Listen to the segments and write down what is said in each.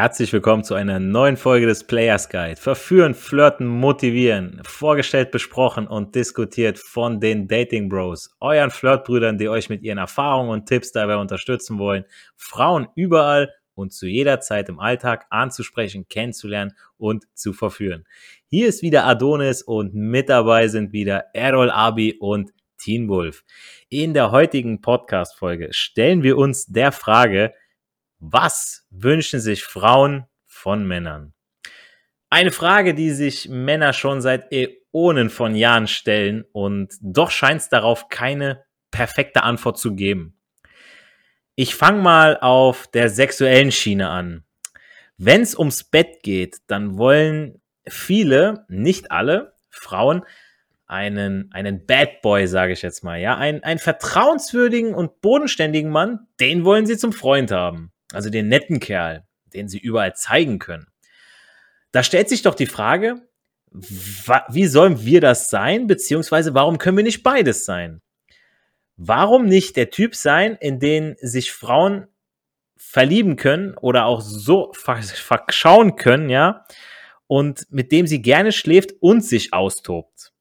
Herzlich willkommen zu einer neuen Folge des Players Guide. Verführen, flirten, motivieren. Vorgestellt, besprochen und diskutiert von den Dating Bros. Euren Flirtbrüdern, die euch mit ihren Erfahrungen und Tipps dabei unterstützen wollen, Frauen überall und zu jeder Zeit im Alltag anzusprechen, kennenzulernen und zu verführen. Hier ist wieder Adonis und mit dabei sind wieder Errol Abi und Teen Wolf. In der heutigen Podcast-Folge stellen wir uns der Frage: Was wünschen sich Frauen von Männern? Eine Frage, die sich Männer schon seit Äonen von Jahren stellen, und doch scheint es darauf keine perfekte Antwort zu geben. Ich fange mal auf der sexuellen Schiene an. Wenn es ums Bett geht, dann wollen viele, nicht alle, Frauen einen Bad Boy, sage ich jetzt mal, ja, einen vertrauenswürdigen und bodenständigen Mann, den wollen sie zum Freund haben. Also den netten Kerl, den sie überall zeigen können. Da stellt sich doch die Frage, wie sollen wir das sein, beziehungsweise warum können wir nicht beides sein? Warum nicht der Typ sein, in den sich Frauen verlieben können oder auch so verschauen können, ja, und mit dem sie gerne schläft und sich austobt?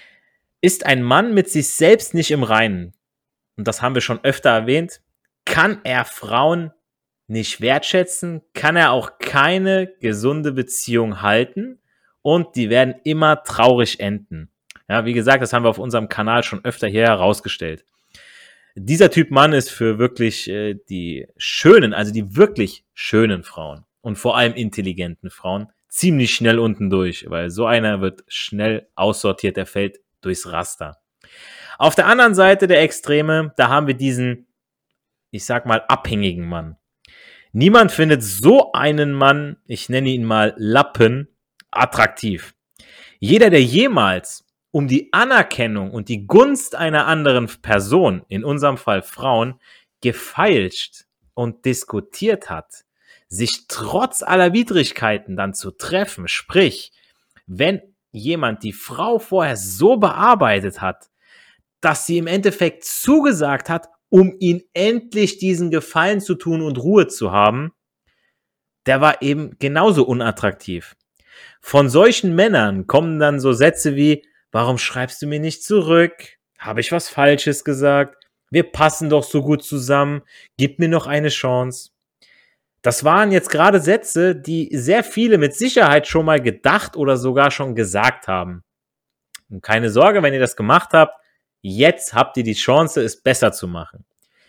Ist ein Mann mit sich selbst nicht im Reinen, und das haben wir schon öfter erwähnt, kann er Frauen nicht wertschätzen, kann er auch keine gesunde Beziehung halten und die werden immer traurig enden. Ja, wie gesagt, das haben wir auf unserem Kanal schon öfter hier herausgestellt. Dieser Typ Mann ist für wirklich die schönen, also die wirklich schönen Frauen und vor allem intelligenten Frauen ziemlich schnell unten durch, weil so einer wird schnell aussortiert, der fällt durchs Raster. Auf der anderen Seite der Extreme, da haben wir diesen, ich sag mal, abhängigen Mann. Niemand findet so einen Mann, ich nenne ihn mal Lappen, attraktiv. Jeder, der jemals um die Anerkennung und die Gunst einer anderen Person, in unserem Fall Frauen, gefeilscht und diskutiert hat, sich trotz aller Widrigkeiten dann zu treffen, sprich, wenn jemand die Frau vorher so bearbeitet hat, dass sie im Endeffekt zugesagt hat, um ihn endlich diesen Gefallen zu tun und Ruhe zu haben, der war eben genauso unattraktiv. Von solchen Männern kommen dann so Sätze wie: Warum schreibst du mir nicht zurück? Habe ich was Falsches gesagt? Wir passen doch so gut zusammen. Gib mir noch eine Chance. Das waren jetzt gerade Sätze, die sehr viele mit Sicherheit schon mal gedacht oder sogar schon gesagt haben. Und keine Sorge, wenn ihr das gemacht habt, jetzt habt ihr die Chance, es besser zu machen.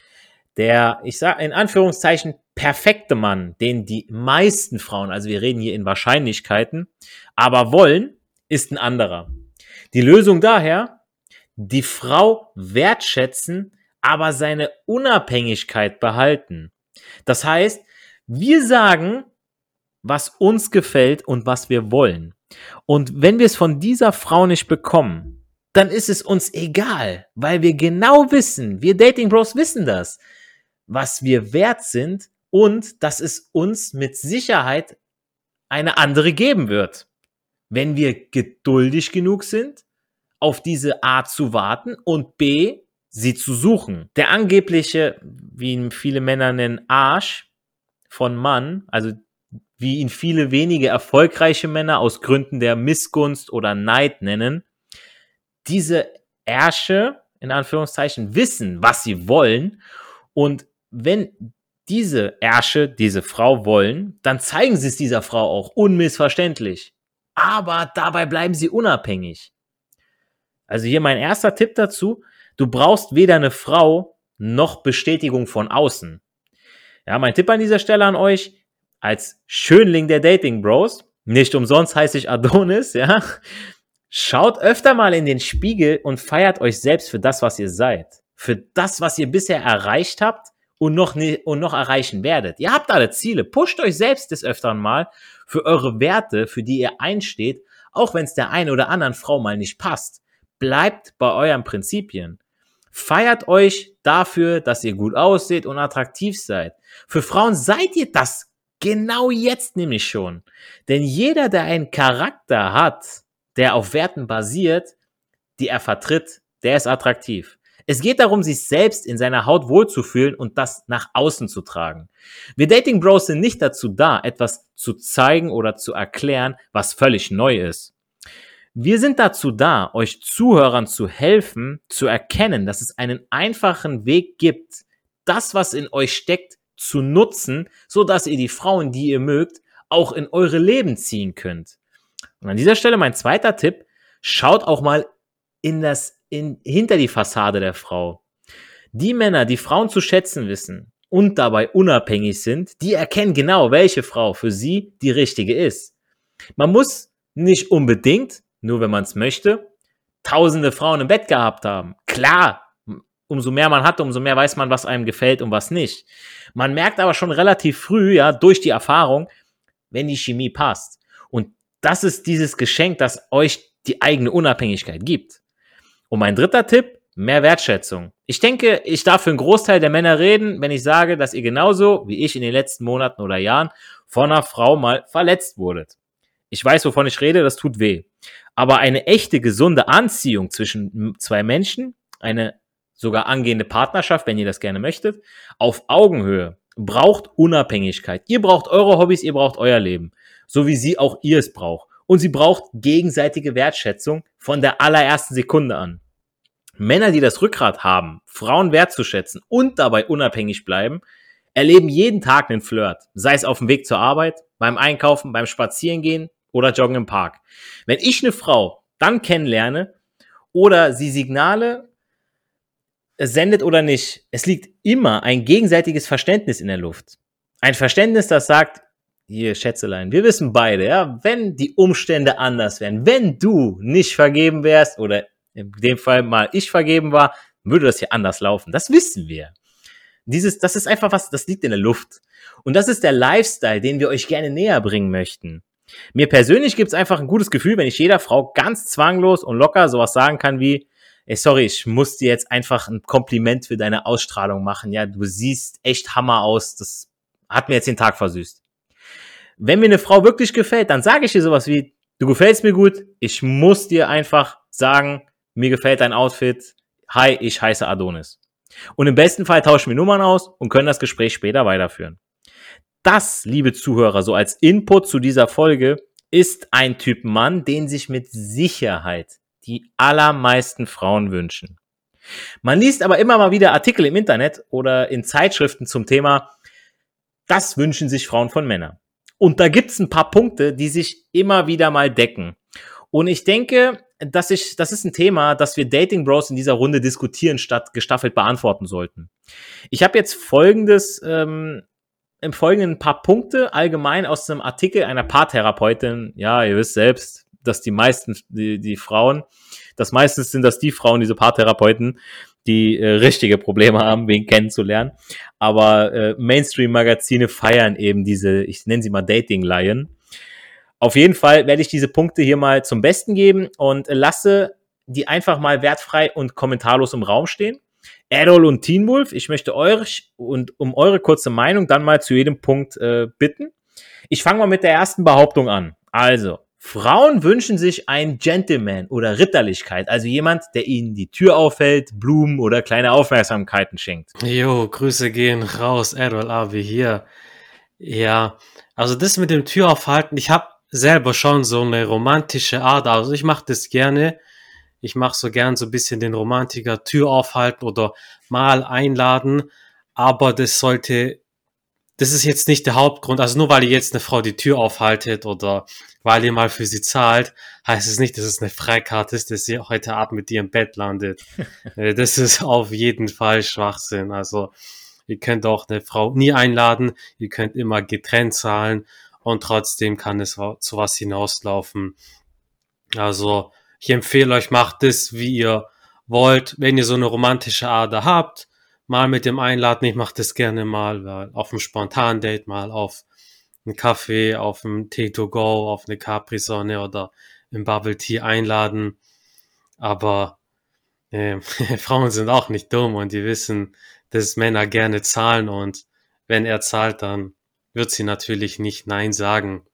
Der, ich sage in Anführungszeichen, perfekte Mann, den die meisten Frauen, also wir reden hier in Wahrscheinlichkeiten, aber wollen, ist ein anderer. Die Lösung daher: die Frau wertschätzen, aber seine Unabhängigkeit behalten. Das heißt, wir sagen, was uns gefällt und was wir wollen. Und wenn wir es von dieser Frau nicht bekommen, dann ist es uns egal, weil wir genau wissen, wir Dating Bros wissen das, was wir wert sind und dass es uns mit Sicherheit eine andere geben wird, wenn wir geduldig genug sind, auf diese A zu warten und B, sie zu suchen. Der angebliche, wie ihn viele Männer nennen, Arsch von Mann, also wie ihn viele wenige erfolgreiche Männer aus Gründen der Missgunst oder Neid nennen, diese Ärsche, in Anführungszeichen, wissen, was sie wollen, und wenn diese Ärsche, diese Frau wollen, dann zeigen sie es dieser Frau auch unmissverständlich. Aber dabei bleiben sie unabhängig. Also hier mein erster Tipp dazu: Du brauchst weder eine Frau noch Bestätigung von außen. Ja, mein Tipp an dieser Stelle an euch, als Schönling der Dating Bros, nicht umsonst heiße ich Adonis, ja, schaut öfter mal in den Spiegel und feiert euch selbst für das, was ihr seid. Für das, was ihr bisher erreicht habt und noch erreichen werdet. Ihr habt alle Ziele. Pusht euch selbst des Öfteren mal für eure Werte, für die ihr einsteht, auch wenn es der einen oder anderen Frau mal nicht passt. Bleibt bei euren Prinzipien. Feiert euch dafür, dass ihr gut ausseht und attraktiv seid. Für Frauen seid ihr das genau jetzt nämlich schon. Denn jeder, der einen Charakter hat, der auf Werten basiert, die er vertritt, der ist attraktiv. Es geht darum, sich selbst in seiner Haut wohlzufühlen und das nach außen zu tragen. Wir Dating Bros sind nicht dazu da, etwas zu zeigen oder zu erklären, was völlig neu ist. Wir sind dazu da, euch Zuhörern zu helfen, zu erkennen, dass es einen einfachen Weg gibt, das, was in euch steckt, zu nutzen, so dass ihr die Frauen, die ihr mögt, auch in eure Leben ziehen könnt. Und an dieser Stelle mein zweiter Tipp: Schaut auch mal hinter die Fassade der Frau. Die Männer, die Frauen zu schätzen wissen und dabei unabhängig sind, die erkennen genau, welche Frau für sie die richtige ist. Man muss nicht unbedingt, nur wenn man es möchte, tausende Frauen im Bett gehabt haben. Klar, umso mehr man hat, umso mehr weiß man, was einem gefällt und was nicht. Man merkt aber schon relativ früh, ja, durch die Erfahrung, wenn die Chemie passt. Und das ist dieses Geschenk, das euch die eigene Unabhängigkeit gibt. Und mein dritter Tipp: mehr Wertschätzung. Ich denke, ich darf für einen Großteil der Männer reden, wenn ich sage, dass ihr genauso wie ich in den letzten Monaten oder Jahren von einer Frau mal verletzt wurdet. Ich weiß, wovon ich rede, das tut weh. Aber eine echte, gesunde Anziehung zwischen zwei Menschen, eine sogar angehende Partnerschaft, wenn ihr das gerne möchtet, auf Augenhöhe, braucht Unabhängigkeit. Ihr braucht eure Hobbys, ihr braucht euer Leben. So wie sie auch ihr es braucht. Und sie braucht gegenseitige Wertschätzung von der allerersten Sekunde an. Männer, die das Rückgrat haben, Frauen wertzuschätzen und dabei unabhängig bleiben, erleben jeden Tag einen Flirt. Sei es auf dem Weg zur Arbeit, beim Einkaufen, beim Spazierengehen oder Joggen im Park. Wenn ich eine Frau dann kennenlerne oder sie Signale sendet oder nicht, es liegt immer ein gegenseitiges Verständnis in der Luft. Ein Verständnis, das sagt: Hier, Schätzelein, wir wissen beide, ja, wenn die Umstände anders wären, wenn du nicht vergeben wärst oder in dem Fall mal ich vergeben war, würde das hier anders laufen. Das wissen wir. Das ist einfach was, das liegt in der Luft. Und das ist der Lifestyle, den wir euch gerne näher bringen möchten. Mir persönlich gibt es einfach ein gutes Gefühl, wenn ich jeder Frau ganz zwanglos und locker sowas sagen kann wie: Ey, sorry, ich muss dir jetzt einfach ein Kompliment für deine Ausstrahlung machen. Ja, du siehst echt Hammer aus. Das hat mir jetzt den Tag versüßt. Wenn mir eine Frau wirklich gefällt, dann sage ich ihr sowas wie: Du gefällst mir gut. Ich muss dir einfach sagen, mir gefällt dein Outfit. Hi, ich heiße Adonis. Und im besten Fall tauschen wir Nummern aus und können das Gespräch später weiterführen. Das, liebe Zuhörer, so als Input zu dieser Folge, ist ein Typ Mann, den sich mit Sicherheit die allermeisten Frauen wünschen. Man liest aber immer mal wieder Artikel im Internet oder in Zeitschriften zum Thema: Das wünschen sich Frauen von Männern. Und da gibt es ein paar Punkte, die sich immer wieder mal decken. Und ich denke, das ist ein Thema, das wir Dating Bros in dieser Runde diskutieren statt gestaffelt beantworten sollten. Ich habe jetzt im Folgenden ein paar Punkte allgemein aus einem Artikel einer Paartherapeutin. Ja, ihr wisst selbst, dass die Frauen, das meistens sind das die Frauen, diese Paartherapeuten, die richtige Probleme haben, wen kennenzulernen. Aber Mainstream-Magazine feiern eben diese, ich nenne sie mal Dating-Laien. Auf jeden Fall werde ich diese Punkte hier mal zum Besten geben und lasse die einfach mal wertfrei und kommentarlos im Raum stehen. Errol und Teen Wolf, ich möchte euch und um eure kurze Meinung dann mal zu jedem Punkt bitten. Ich fange mal mit der ersten Behauptung an. Also, Frauen wünschen sich einen Gentleman oder Ritterlichkeit, also jemand, der ihnen die Tür aufhält, Blumen oder kleine Aufmerksamkeiten schenkt. Jo, Grüße gehen raus, Errol Avi hier. Ja, also das mit dem Tür aufhalten, ich habe selber schon so eine romantische Art, also ich mache das gerne. Ich mache so gern so ein bisschen den Romantiker, Tür aufhalten oder mal einladen, aber das ist jetzt nicht der Hauptgrund. Also nur weil ihr jetzt eine Frau die Tür aufhaltet oder weil ihr mal für sie zahlt, heißt es nicht, dass es eine Freikarte ist, dass sie heute Abend mit dir im Bett landet. Das ist auf jeden Fall Schwachsinn. Also ihr könnt auch eine Frau nie einladen, ihr könnt immer getrennt zahlen und trotzdem kann es zu was hinauslaufen. Also ich empfehle euch, macht es, wie ihr wollt. Wenn ihr so eine romantische Ader habt, mal mit dem Einladen, ich mache das gerne mal, weil auf einem Spontan-Date, mal auf einen Kaffee, auf einen Tee to go, auf eine Capri-Sonne oder im Bubble Tea einladen. Aber Frauen sind auch nicht dumm und die wissen, dass Männer gerne zahlen und wenn er zahlt, dann wird sie natürlich nicht Nein sagen.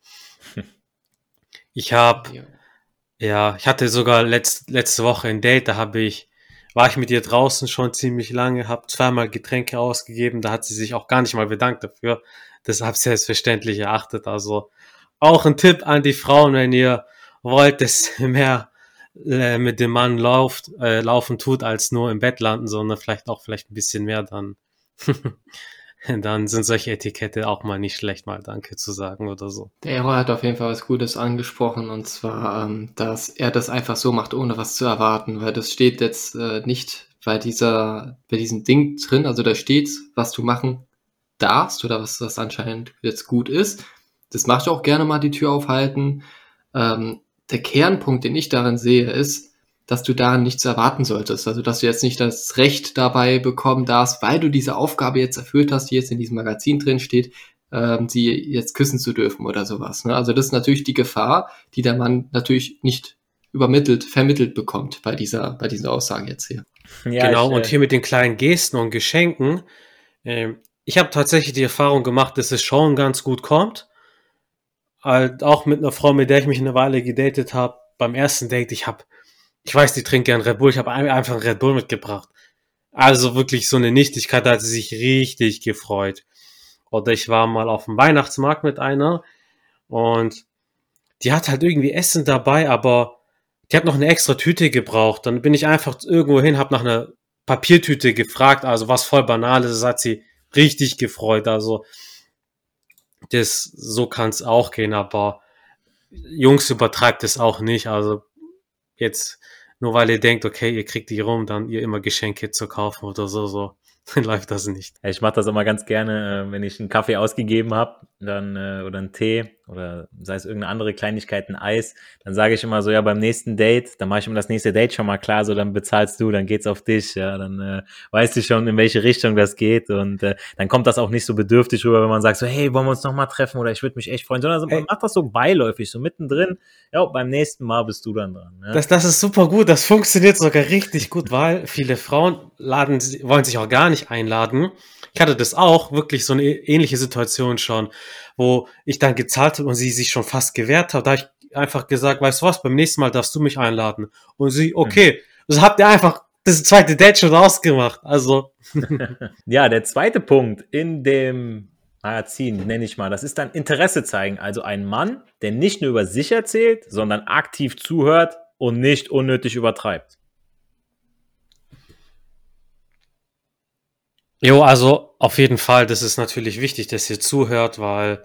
Ich hatte sogar letzte Woche ein Date, da habe ich war ich mit ihr draußen schon ziemlich lange, habe zweimal Getränke ausgegeben, da hat sie sich auch gar nicht mal bedankt dafür. Das habe ich selbstverständlich erachtet. Also auch ein Tipp an die Frauen, wenn ihr wollt, dass mehr mit dem Mann laufen tut, als nur im Bett landen, sondern vielleicht ein bisschen mehr, dann, dann sind solche Etikette auch mal nicht schlecht, mal Danke zu sagen oder so. Der Errol hat auf jeden Fall was Gutes angesprochen, und zwar, dass er das einfach so macht, ohne was zu erwarten, weil das steht jetzt nicht bei diesem Ding drin, also da steht, was du machen darfst oder was anscheinend jetzt gut ist. Das machst du auch gerne mal, die Tür aufhalten. Der Kernpunkt, den ich darin sehe, ist, dass du daran nichts erwarten solltest. Also, dass du jetzt nicht das Recht dabei bekommen darfst, weil du diese Aufgabe jetzt erfüllt hast, die jetzt in diesem Magazin drin steht, sie jetzt küssen zu dürfen oder sowas. Ne? Also das ist natürlich die Gefahr, die der Mann natürlich nicht vermittelt bekommt bei dieser Aussage jetzt hier. Ja, genau, und hier mit den kleinen Gesten und Geschenken. Ich habe tatsächlich die Erfahrung gemacht, dass es schon ganz gut kommt. Halt auch mit einer Frau, mit der ich mich eine Weile gedatet habe, beim ersten Date, ich weiß, die trinkt gern Red Bull, ich habe einfach einen Red Bull mitgebracht. Also wirklich so eine Nichtigkeit, da hat sie sich richtig gefreut. Oder ich war mal auf dem Weihnachtsmarkt mit einer und die hat halt irgendwie Essen dabei, aber die hat noch eine extra Tüte gebraucht. Dann bin ich einfach irgendwo hin, habe nach einer Papiertüte gefragt, also was voll Banales, das hat sie richtig gefreut. Also so kann es auch gehen, aber Jungs, übertreibt es auch nicht. Also jetzt, nur weil ihr denkt, okay, ihr kriegt die rum, dann ihr immer Geschenke zu kaufen oder so läuft das nicht. Ich mache das immer ganz gerne, wenn ich einen Kaffee ausgegeben habe, dann oder einen Tee oder sei es irgendeine andere Kleinigkeit, ein Eis, dann sage ich immer so, ja, beim nächsten Date, dann mache ich immer das nächste Date schon mal klar, so dann bezahlst du, dann geht's auf dich, ja, dann weißt du schon, in welche Richtung das geht und dann kommt das auch nicht so bedürftig rüber, wenn man sagt so, hey, wollen wir uns noch mal treffen oder ich würde mich echt freuen, sondern man macht das so beiläufig, so mittendrin, ja, beim nächsten Mal bist du dann dran. Ja. Das ist super gut, das funktioniert sogar richtig gut, weil viele Frauen wollen sich auch gar nicht einladen. Ich hatte das auch, wirklich so eine ähnliche Situation schon, wo ich dann gezahlt habe und sie sich schon fast gewehrt hat. Da habe ich einfach gesagt, weißt du was, beim nächsten Mal darfst du mich einladen. Und sie, okay. Also habt ihr einfach das zweite Date schon ausgemacht. Also. Ja, der zweite Punkt in dem Magazin, nenne ich mal, das ist dann Interesse zeigen. Also ein Mann, der nicht nur über sich erzählt, sondern aktiv zuhört und nicht unnötig übertreibt. Jo, also auf jeden Fall, das ist natürlich wichtig, dass ihr zuhört, weil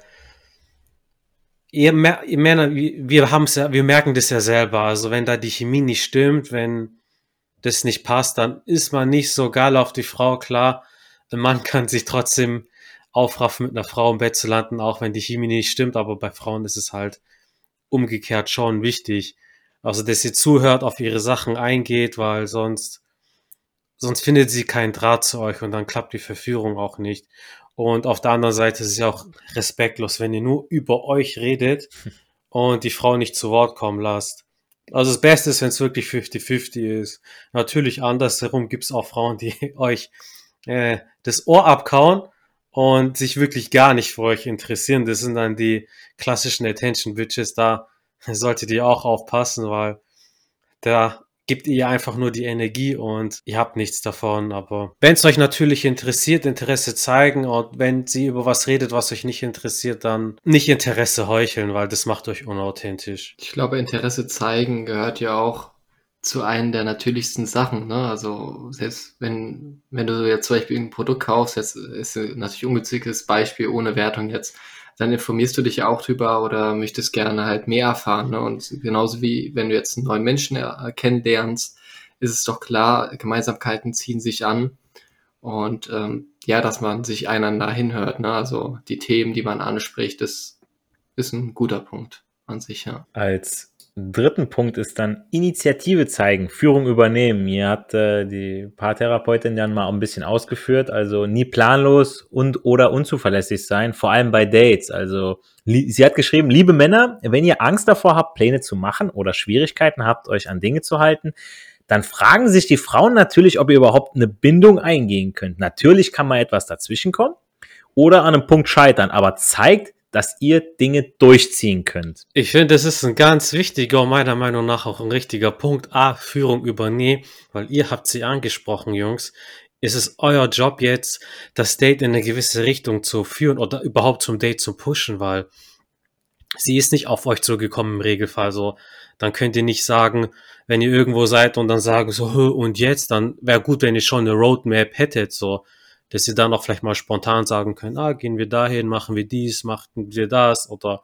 ihr Männer, wir merken das ja selber. Also wenn da die Chemie nicht stimmt, wenn das nicht passt, dann ist man nicht so geil auf die Frau. Klar, ein Mann kann sich trotzdem aufraffen, mit einer Frau im Bett zu landen, auch wenn die Chemie nicht stimmt, aber bei Frauen ist es halt umgekehrt schon wichtig. Also, dass ihr zuhört, auf ihre Sachen eingeht, weil sonst findet sie keinen Draht zu euch und dann klappt die Verführung auch nicht. Und auf der anderen Seite ist es ja auch respektlos, wenn ihr nur über euch redet und die Frau nicht zu Wort kommen lasst. Also das Beste ist, wenn es wirklich 50-50 ist. Natürlich andersherum gibt es auch Frauen, die euch das Ohr abkauen und sich wirklich gar nicht für euch interessieren. Das sind dann die klassischen Attention Bitches. Da solltet ihr auch aufpassen, weil da gibt ihr einfach nur die Energie und ihr habt nichts davon. Aber wenn es euch natürlich interessiert, Interesse zeigen, und wenn sie über was redet, was euch nicht interessiert, dann nicht Interesse heucheln, weil das macht euch unauthentisch. Ich glaube, Interesse zeigen gehört ja auch zu einem der natürlichsten Sachen. Ne? Also selbst wenn du jetzt zum Beispiel ein Produkt kaufst, jetzt ist natürlich ungünstiges Beispiel ohne Wertung jetzt, dann informierst du dich ja auch drüber oder möchtest gerne halt mehr erfahren. Ne? Und genauso wie wenn du jetzt einen neuen Menschen kennenlernst, ist es doch klar, Gemeinsamkeiten ziehen sich an. Und ja, dass man sich einander hinhört. Ne? Also die Themen, die man anspricht, das ist ein guter Punkt an sich, ja. Als dritten Punkt ist dann Initiative zeigen, Führung übernehmen. Hier hat die Paartherapeutin dann mal ein bisschen ausgeführt, also nie planlos und oder unzuverlässig sein, vor allem bei Dates. Also sie hat geschrieben, liebe Männer, wenn ihr Angst davor habt, Pläne zu machen oder Schwierigkeiten habt, euch an Dinge zu halten, dann fragen sich die Frauen natürlich, ob ihr überhaupt eine Bindung eingehen könnt. Natürlich kann mal etwas dazwischenkommen oder an einem Punkt scheitern, aber zeigt, dass ihr Dinge durchziehen könnt. Ich finde, das ist ein ganz wichtiger, meiner Meinung nach auch ein richtiger Punkt. A, Führung übernehmen, weil ihr habt sie angesprochen, Jungs. Ist es euer Job jetzt, das Date in eine gewisse Richtung zu führen oder überhaupt zum Date zu pushen, weil sie ist nicht auf euch zugekommen im Regelfall so. Dann könnt ihr nicht sagen, wenn ihr irgendwo seid und dann sagen so, "Hö, und jetzt, dann wäre gut, wenn ihr schon eine Roadmap hättet, so, dass ihr dann auch vielleicht mal spontan sagen könnt, gehen wir dahin, machen wir dies, machen wir das oder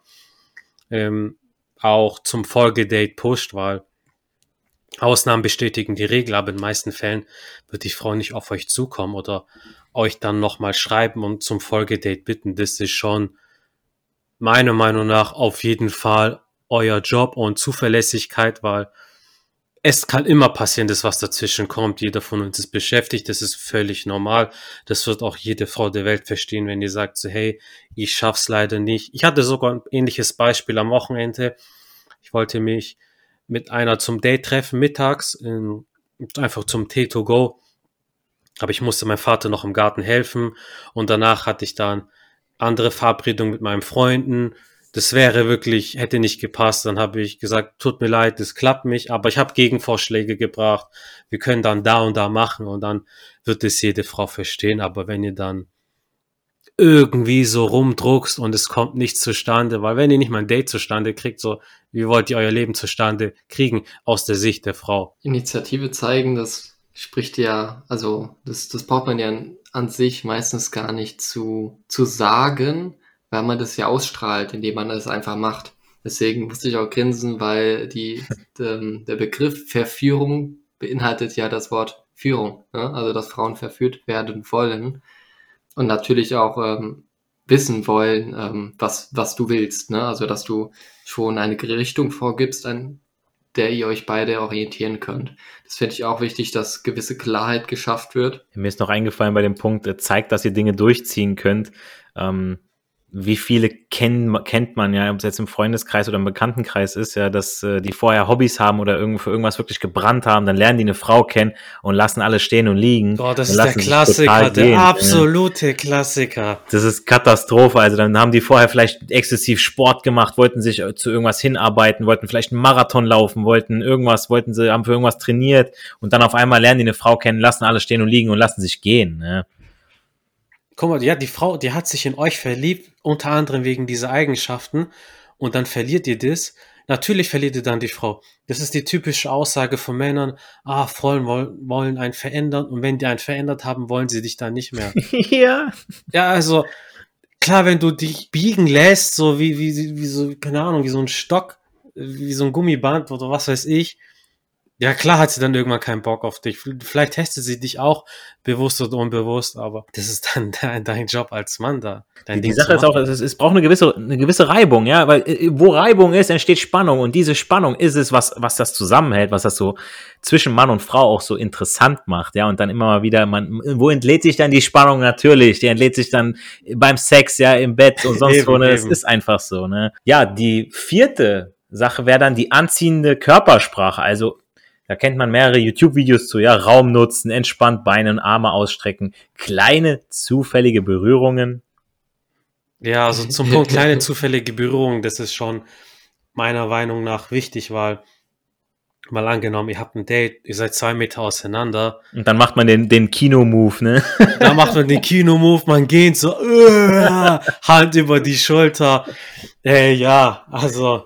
auch zum Folgedate pusht, weil Ausnahmen bestätigen die Regel, aber in den meisten Fällen wird die Frau nicht auf euch zukommen oder euch dann nochmal schreiben und zum Folgedate bitten. Das ist schon meiner Meinung nach auf jeden Fall euer Job und Zuverlässigkeit, weil es kann immer passieren, dass was dazwischen kommt. Jeder von uns ist beschäftigt, das ist völlig normal. Das wird auch jede Frau der Welt verstehen, wenn ihr sagt so, hey, ich schaff's leider nicht. Ich hatte sogar ein ähnliches Beispiel am Wochenende. Ich wollte mich mit einer zum Date treffen, mittags, einfach zum Tee to go. Aber ich musste meinem Vater noch im Garten helfen und danach hatte ich dann andere Verabredungen mit meinen Freunden. Das wäre wirklich, hätte nicht gepasst. Dann habe ich gesagt, tut mir leid, das klappt nicht, aber ich habe Gegenvorschläge gebracht. Wir können dann da und da machen und dann wird es jede Frau verstehen. Aber wenn ihr dann irgendwie so rumdruckst und es kommt nichts zustande, weil wenn ihr nicht mal ein Date zustande kriegt, so, wie wollt ihr euer Leben zustande kriegen aus der Sicht der Frau? Initiative zeigen, das spricht ja, also das braucht man ja an sich meistens gar nicht zu sagen, weil man das ja ausstrahlt, indem man das einfach macht. Deswegen musste ich auch grinsen, weil der Begriff Verführung beinhaltet ja das Wort Führung, ne? Also dass Frauen verführt werden wollen und natürlich auch wissen wollen, was du willst, ne? Also dass du schon eine Richtung vorgibst, an der ihr euch beide orientieren könnt. Das finde ich auch wichtig, dass gewisse Klarheit geschafft wird. Mir ist noch eingefallen bei dem Punkt, zeigt, dass ihr Dinge durchziehen könnt. Wie viele kennt man ja, ob es jetzt im Freundeskreis oder im Bekanntenkreis ist, ja, dass die vorher Hobbys haben oder für irgendwas wirklich gebrannt haben, dann lernen die eine Frau kennen und lassen alles stehen und liegen. Boah, das und ist der lassen sich Klassiker, total der gehen. absolute Klassiker. Das ist Katastrophe. Also dann haben die vorher vielleicht exzessiv Sport gemacht, wollten sich zu irgendwas hinarbeiten, wollten vielleicht einen Marathon laufen, haben für irgendwas trainiert und dann auf einmal lernen die eine Frau kennen, lassen alles stehen und liegen und lassen sich gehen. Ne? Guck mal, ja, die Frau, die hat sich in euch verliebt, unter anderem wegen dieser Eigenschaften und dann verliert ihr das. Natürlich verliert ihr dann die Frau. Das ist die typische Aussage von Männern, Frauen wollen einen verändern und wenn die einen verändert haben, wollen sie dich dann nicht mehr. Ja. Ja, also klar, wenn du dich biegen lässt, so wie so, keine Ahnung, wie so ein Stock, wie so ein Gummiband oder was weiß ich, ja, klar hat sie dann irgendwann keinen Bock auf dich. Vielleicht testet sie dich auch, bewusst oder unbewusst, aber das ist dann dein Job als Mann da. Die Sache ist auch, es braucht eine gewisse Reibung, ja, weil wo Reibung ist, entsteht Spannung und diese Spannung ist es, was das zusammenhält, was das so zwischen Mann und Frau auch so interessant macht, ja, und dann immer mal wieder, wo entlädt sich dann die Spannung? Natürlich, die entlädt sich dann beim Sex, ja, im Bett und sonst wo, ne, es ist einfach so, ne. Ja, die vierte Sache wäre dann die anziehende Körpersprache, also da kennt man mehrere YouTube-Videos zu, ja, Raum nutzen, entspannt Beine und Arme ausstrecken, kleine zufällige Berührungen. Ja, also zum Punkt kleine zufällige Berührungen, das ist schon meiner Meinung nach wichtig, weil mal angenommen, ihr habt ein Date, ihr seid 2 Meter auseinander. Und dann macht man den Kino-Move, ne? Da macht man den Kino-Move, man geht so, Hand über die Schulter. Ja, also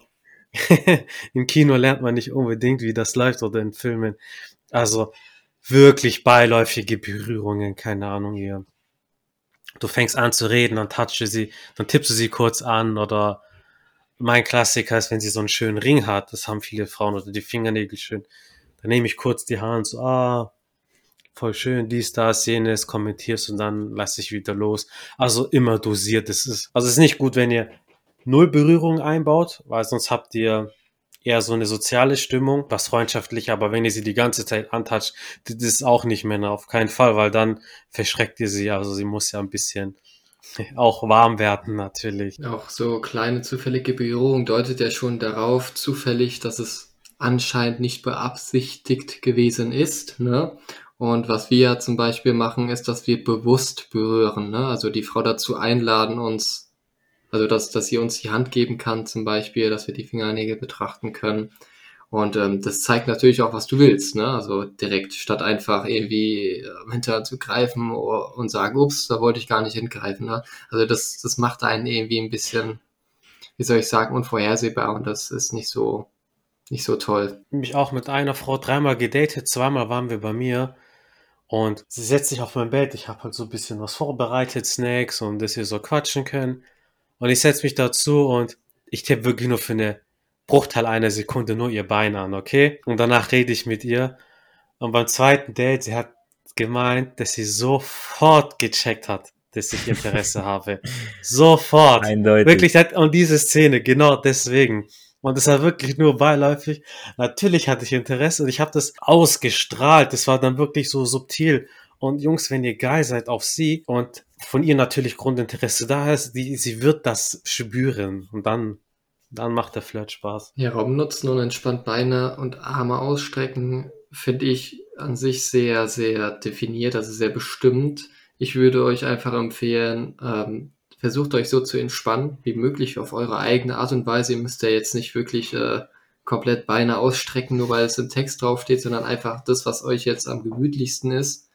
im Kino lernt man nicht unbedingt, wie das läuft oder in Filmen. Also wirklich beiläufige Berührungen, keine Ahnung hier. Du fängst an zu reden, dann tippst du sie kurz an oder mein Klassiker ist, wenn sie so einen schönen Ring hat, das haben viele Frauen oder die Fingernägel schön, dann nehme ich kurz die Hand, so, voll schön, dies, das, jenes, kommentierst und dann lass ich wieder los. Also immer dosiert, es ist nicht gut, wenn ihr 0 Berührung einbaut, weil sonst habt ihr eher so eine soziale Stimmung, was freundschaftlich, aber wenn ihr sie die ganze Zeit antatscht, das ist auch nicht Männer, auf keinen Fall, weil dann verschreckt ihr sie, also sie muss ja ein bisschen auch warm werden, natürlich. Auch so kleine zufällige Berührung deutet ja schon darauf, zufällig, dass es anscheinend nicht beabsichtigt gewesen ist, ne? Und was wir ja zum Beispiel machen, ist, dass wir bewusst berühren, ne? Also die Frau dazu einladen, uns Also, dass sie uns die Hand geben kann zum Beispiel, dass wir die Fingernägel betrachten können. Und das zeigt natürlich auch, was du willst, ne? Also direkt, statt einfach irgendwie hinterher zu greifen und sagen, ups, da wollte ich gar nicht hingreifen. Ne? Also das macht einen irgendwie ein bisschen, wie soll ich sagen, unvorhersehbar und das ist nicht so toll. Mich auch mit einer Frau 3-mal gedatet, 2-mal waren wir bei mir und sie setzt sich auf mein Bett. Ich habe halt so ein bisschen was vorbereitet, Snacks und dass wir so quatschen können. Und ich setze mich dazu und ich tippe wirklich nur für eine Bruchteil einer Sekunde nur ihr Bein an, okay? Und danach rede ich mit ihr. Und beim zweiten Date, sie hat gemeint, dass sie sofort gecheckt hat, dass ich Interesse habe. Sofort. Eindeutig. Wirklich, und diese Szene, genau deswegen. Und es war wirklich nur beiläufig. Natürlich hatte ich Interesse und ich habe das ausgestrahlt. Das war dann wirklich so subtil. Und Jungs, wenn ihr geil seid auf sie und von ihr natürlich Grundinteresse da ist, sie wird das spüren. Und dann macht der Flirt Spaß. Ja, Raum nutzen und entspannt Beine und Arme ausstrecken, finde ich an sich sehr, sehr definiert, also sehr bestimmt. Ich würde euch einfach empfehlen, versucht euch so zu entspannen, wie möglich auf eure eigene Art und Weise. Ihr müsst ja jetzt nicht wirklich komplett Beine ausstrecken, nur weil es im Text draufsteht, sondern einfach das, was euch jetzt am gemütlichsten ist.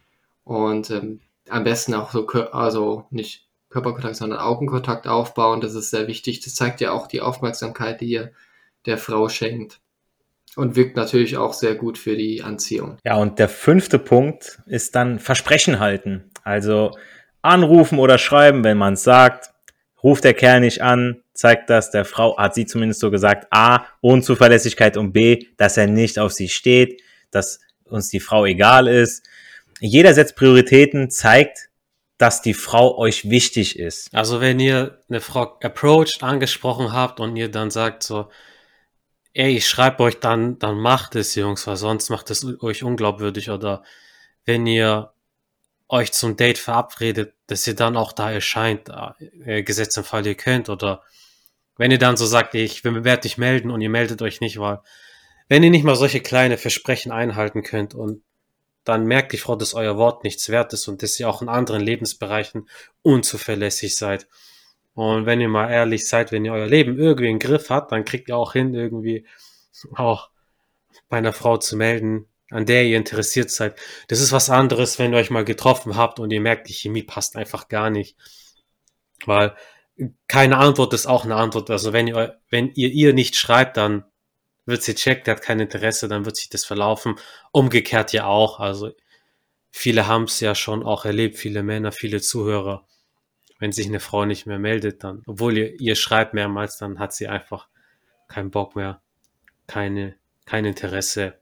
Und am besten auch so, also nicht Körperkontakt, sondern Augenkontakt aufbauen. Das ist sehr wichtig. Das zeigt ja auch die Aufmerksamkeit, die ihr der Frau schenkt. Und wirkt natürlich auch sehr gut für die Anziehung. Ja, und der 5. Punkt ist dann Versprechen halten. Also anrufen oder schreiben, wenn man es sagt. Ruft der Kerl nicht an, zeigt das der Frau, hat sie zumindest so gesagt, A, Unzuverlässigkeit und B, dass er nicht auf sie steht, dass uns die Frau egal ist. Jeder setzt Prioritäten, zeigt, dass die Frau euch wichtig ist. Also wenn ihr eine Frau approached, angesprochen habt und ihr dann sagt so, ey, ich schreibe euch dann macht es, Jungs, weil sonst macht es euch unglaubwürdig. Oder wenn ihr euch zum Date verabredet, dass ihr dann auch da erscheint, gesetzt im Fall ihr könnt. Oder wenn ihr dann so sagt, ich werde dich melden und ihr meldet euch nicht, weil wenn ihr nicht mal solche kleine Versprechen einhalten könnt und dann merkt die Frau, dass euer Wort nichts wert ist und dass ihr auch in anderen Lebensbereichen unzuverlässig seid. Und wenn ihr mal ehrlich seid, wenn ihr euer Leben irgendwie im Griff habt, dann kriegt ihr auch hin, irgendwie auch bei einer Frau zu melden, an der ihr interessiert seid. Das ist was anderes, wenn ihr euch mal getroffen habt und ihr merkt, die Chemie passt einfach gar nicht. Weil keine Antwort ist auch eine Antwort. Also wenn ihr nicht schreibt, dann wird sie checkt, der hat kein Interesse, dann wird sich das verlaufen. Umgekehrt ja auch. Also viele haben es ja schon auch erlebt, viele Männer, viele Zuhörer. Wenn sich eine Frau nicht mehr meldet, dann, obwohl ihr schreibt mehrmals, dann hat sie einfach keinen Bock mehr, kein Interesse.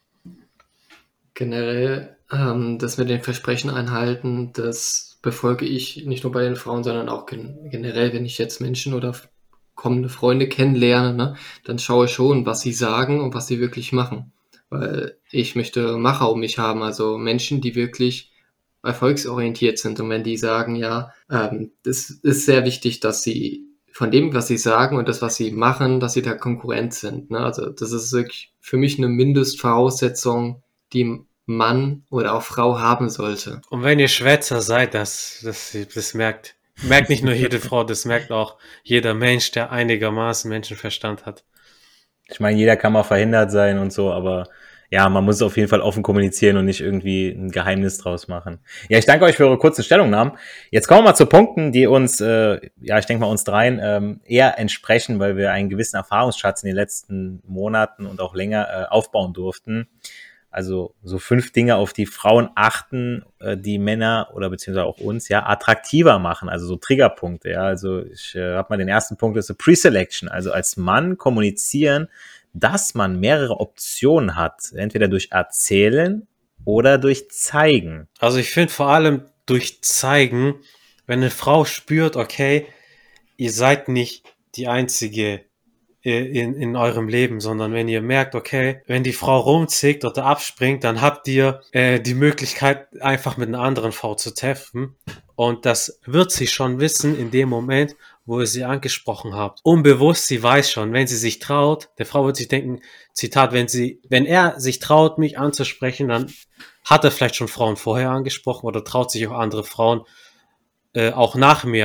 Generell, das mit den Versprechen einhalten, das befolge ich nicht nur bei den Frauen, sondern auch generell, wenn ich jetzt Menschen oder kommende Freunde kennenlerne, ne, dann schaue ich schon, was sie sagen und was sie wirklich machen. Weil ich möchte Macher um mich haben, also Menschen, die wirklich erfolgsorientiert sind. Und wenn die sagen, ja, das ist sehr wichtig, dass sie von dem, was sie sagen und das, was sie machen, dass sie da Konkurrent sind. Ne? Also das ist wirklich für mich eine Mindestvoraussetzung, die Mann oder auch Frau haben sollte. Und wenn ihr Schwätzer seid, das merkt nicht nur jede Frau, das merkt auch jeder Mensch, der einigermaßen Menschenverstand hat. Ich meine, jeder kann mal verhindert sein und so, aber ja, man muss auf jeden Fall offen kommunizieren und nicht irgendwie ein Geheimnis draus machen. Ja, ich danke euch für eure kurzen Stellungnahmen. Jetzt kommen wir mal zu Punkten, die uns, ich denke mal uns dreien, eher entsprechen, weil wir einen gewissen Erfahrungsschatz in den letzten Monaten und auch länger aufbauen durften. Also so 5 Dinge, auf die Frauen achten, die Männer oder beziehungsweise auch uns ja attraktiver machen, also so Triggerpunkte. Ja, also ich habe mal den ersten Punkt, das ist so Pre-Selection, also als Mann kommunizieren, dass man mehrere Optionen hat, entweder durch Erzählen oder durch Zeigen. Also ich finde vor allem durch Zeigen, wenn eine Frau spürt, okay, ihr seid nicht die einzige in eurem Leben, sondern wenn ihr merkt, okay, wenn die Frau rumzickt oder abspringt, dann habt ihr die Möglichkeit, einfach mit einer anderen Frau zu treffen. Und das wird sie schon wissen in dem Moment, wo ihr sie angesprochen habt. Unbewusst, sie weiß schon, wenn sie sich traut, der Frau wird sich denken, Zitat, wenn er sich traut, mich anzusprechen, dann hat er vielleicht schon Frauen vorher angesprochen oder traut sich auch andere Frauen auch nach mir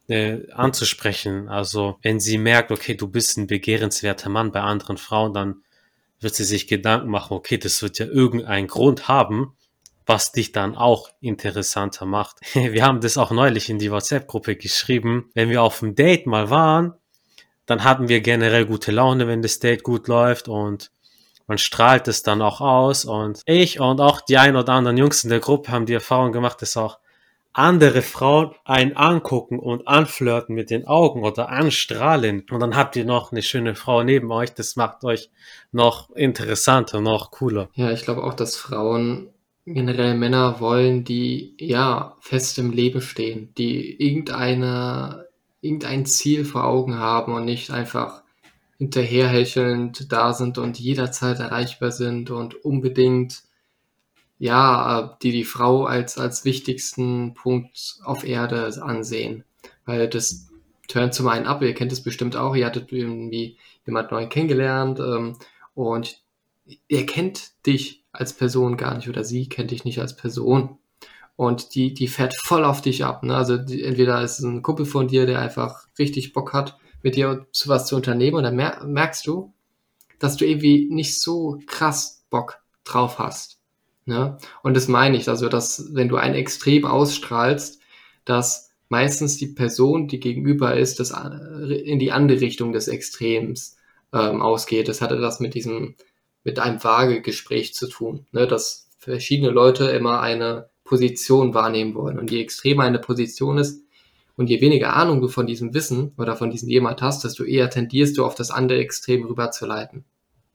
anzusprechen. Also wenn sie merkt, okay, du bist ein begehrenswerter Mann bei anderen Frauen, dann wird sie sich Gedanken machen, okay, das wird ja irgendeinen Grund haben, was dich dann auch interessanter macht. Wir haben das auch neulich in die WhatsApp-Gruppe geschrieben. Wenn wir auf einem Date mal waren, dann hatten wir generell gute Laune, wenn das Date gut läuft und man strahlt es dann auch aus. Und ich und auch die ein oder anderen Jungs in der Gruppe haben die Erfahrung gemacht, dass auch andere Frauen einen angucken und anflirten mit den Augen oder anstrahlen. Und dann habt ihr noch eine schöne Frau neben euch. Das macht euch noch interessanter, noch cooler. Ja, ich glaube auch, dass Frauen generell Männer wollen, die ja fest im Leben stehen, die irgendein Ziel vor Augen haben und nicht einfach hinterherhechelnd da sind und jederzeit erreichbar sind und unbedingt ja, die Frau als wichtigsten Punkt auf Erde ansehen. Weil das turnt zum einen ab, ihr kennt es bestimmt auch, ihr hattet irgendwie jemand neu kennengelernt und er kennt dich als Person gar nicht oder sie kennt dich nicht als Person. Und die fährt voll auf dich ab. Ne? Also entweder ist es ein Kumpel von dir, der einfach richtig Bock hat, mit dir was zu unternehmen, und dann merkst du, dass du irgendwie nicht so krass Bock drauf hast. Ne? Und das meine ich, also dass wenn du ein Extrem ausstrahlst, dass meistens die Person, die gegenüber ist, das in die andere Richtung des Extrems ausgeht. Das hatte das mit einem Waage-Gespräch zu tun, ne? Dass verschiedene Leute immer eine Position wahrnehmen wollen. Und je extremer eine Position ist und je weniger Ahnung du von diesem Wissen oder von diesem jemand hast, desto eher tendierst du auf das andere Extrem rüberzuleiten.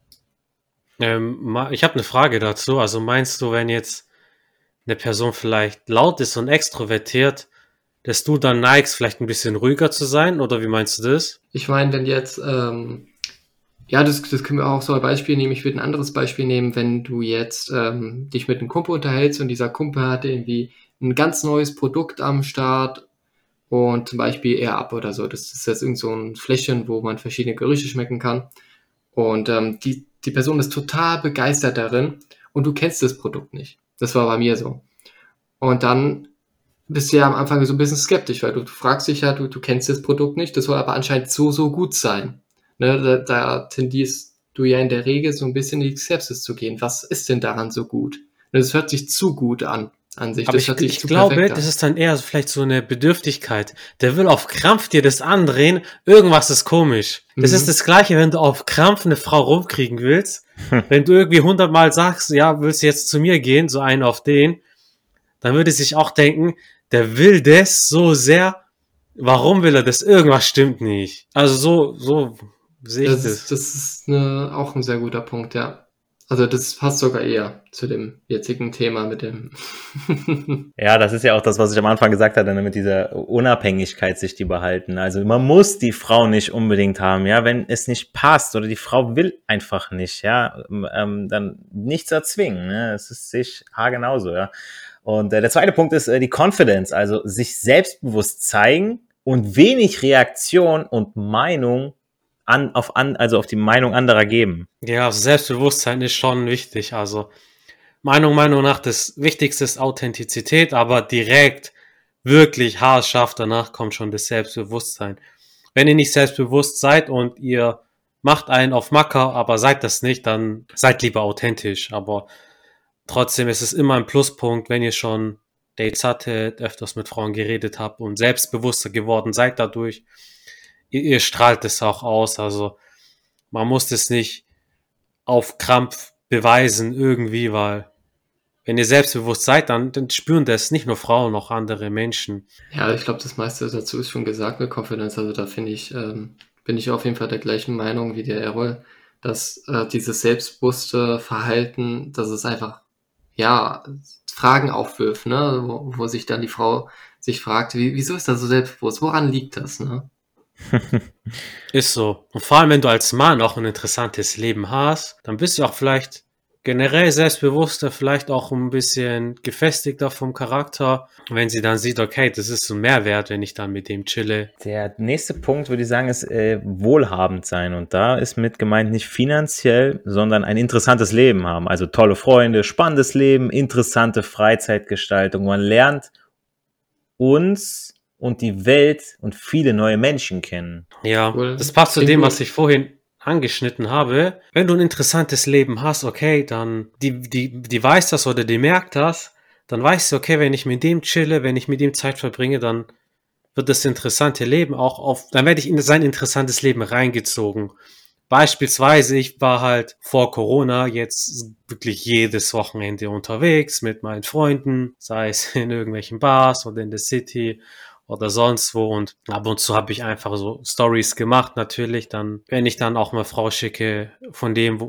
Ich habe eine Frage dazu. Also meinst du, wenn jetzt eine Person vielleicht laut ist und extrovertiert, dass du dann neigst, vielleicht ein bisschen ruhiger zu sein? Oder wie meinst du das? Ich meine, wenn jetzt, ja, das können wir auch so ein Beispiel nehmen. Ich würde ein anderes Beispiel nehmen, wenn du jetzt dich mit einem Kumpel unterhältst und dieser Kumpel hat irgendwie ein ganz neues Produkt am Start und zum Beispiel AirUp oder so. Das ist jetzt irgend so ein Fläschchen, wo man verschiedene Gerüche schmecken kann. Und die Person ist total begeistert darin und du kennst das Produkt nicht. Das war bei mir so. Und dann bist du ja am Anfang so ein bisschen skeptisch, weil du fragst dich ja, du kennst das Produkt nicht, das soll aber anscheinend so gut sein. Ne, da tendierst du ja in der Regel so ein bisschen in die Skepsis zu gehen. Was ist denn daran so gut? Ne, das hört sich zu gut an sich. Aber Das hört sich ich zu glaube, perfekt das an. ist dann eher so vielleicht so eine Bedürftigkeit. Der will auf Krampf dir das andrehen, irgendwas ist komisch. Das ist das Gleiche, wenn du auf Krampf eine Frau rumkriegen willst. Wenn du irgendwie 100-mal sagst, ja, willst du jetzt zu mir gehen, so einen auf den, dann würde sich auch denken, der will das so sehr, warum will er das? Irgendwas stimmt nicht. Also so sehe ich das. Das ist auch ein sehr guter Punkt, ja. Also das passt sogar eher zu dem jetzigen Thema mit dem. Ja, das ist ja auch das, was ich am Anfang gesagt hatte, ne, mit dieser Unabhängigkeit sich die behalten. Also man muss die Frau nicht unbedingt haben, ja, wenn es nicht passt oder die Frau will einfach nicht, ja, dann nichts erzwingen, ne, es ist sich haargenauso, ja. Und der zweite Punkt ist die Confidence, also sich selbstbewusst zeigen und wenig Reaktion und Meinung also auf die Meinung anderer geben. Ja, also Selbstbewusstsein ist schon wichtig. Also Meinung nach, das Wichtigste ist Authentizität, aber direkt wirklich haarscharf danach kommt schon das Selbstbewusstsein. Wenn ihr nicht selbstbewusst seid und ihr macht einen auf Macker, aber seid das nicht, dann seid lieber authentisch. Aber trotzdem ist es immer ein Pluspunkt, wenn ihr schon Dates hattet, öfters mit Frauen geredet habt und selbstbewusster geworden seid dadurch. Ihr strahlt es auch aus. Also man muss das nicht auf Krampf beweisen irgendwie, weil wenn ihr selbstbewusst seid, dann spüren das nicht nur Frauen, auch andere Menschen. Ja, ich glaube, das meiste dazu ist schon gesagt mit Confidence. Also da finde ich, bin ich auf jeden Fall der gleichen Meinung wie der Errol, dass dieses selbstbewusste Verhalten, dass es einfach, ja, Fragen aufwirft, ne? Wo sich dann die Frau sich fragt, wieso ist das so selbstbewusst? Woran liegt das, ne? Ist so. Und vor allem, wenn du als Mann auch ein interessantes Leben hast, dann bist du auch vielleicht generell selbstbewusster, vielleicht auch ein bisschen gefestigter vom Charakter. Wenn sie dann sieht, okay, das ist so ein Mehrwert, wenn ich dann mit dem chille. Der nächste Punkt, würde ich sagen, ist wohlhabend sein. Und da ist mit gemeint nicht finanziell, sondern ein interessantes Leben haben. Also tolle Freunde, spannendes Leben, interessante Freizeitgestaltung. Man lernt uns und die Welt und viele neue Menschen kennen. Ja, Cool. das passt zu Klingt dem, gut. was ich vorhin angeschnitten habe. Wenn du ein interessantes Leben hast, okay, dann die weiß das oder die merkt das, dann weißt du, okay, wenn ich mit dem chille, wenn ich mit ihm Zeit verbringe, dann wird das interessante Leben dann werde ich in sein interessantes Leben reingezogen. Beispielsweise, ich war halt vor Corona jetzt wirklich jedes Wochenende unterwegs mit meinen Freunden, sei es in irgendwelchen Bars oder in der City oder sonst wo, und ab und zu habe ich einfach so Stories gemacht, natürlich, dann, wenn ich dann auch mal Frau schicke von dem,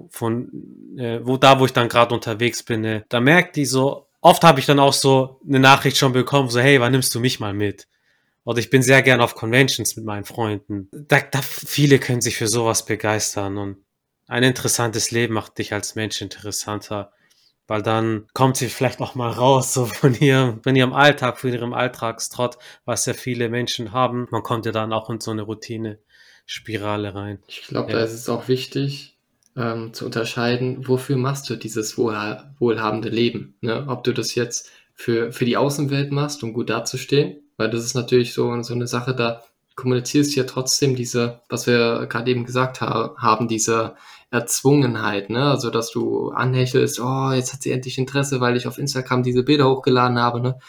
wo ich dann gerade unterwegs bin, da merkt die so, oft habe ich dann auch so eine Nachricht schon bekommen, so, hey, wann nimmst du mich mal mit? Oder ich bin sehr gern auf Conventions mit meinen Freunden. Viele können sich für sowas begeistern, und ein interessantes Leben macht dich als Mensch interessanter, weil dann kommt sie vielleicht auch mal raus, so von ihrem Alltag, von ihrem Alltagstrott, was ja viele Menschen haben. Man kommt ja dann auch in so eine Routine-Spirale rein. Ich glaube, Ja. da ist es auch wichtig, zu unterscheiden, wofür machst du dieses wohlhabende Leben? Ne? Ob du das jetzt für die Außenwelt machst, um gut dazustehen, weil das ist natürlich so eine Sache, da kommunizierst du ja trotzdem was wir gerade eben gesagt haben, diese Erzwungenheit, ne? Also, dass du anhechelst, oh, jetzt hat sie endlich Interesse, weil ich auf Instagram diese Bilder hochgeladen habe, ne?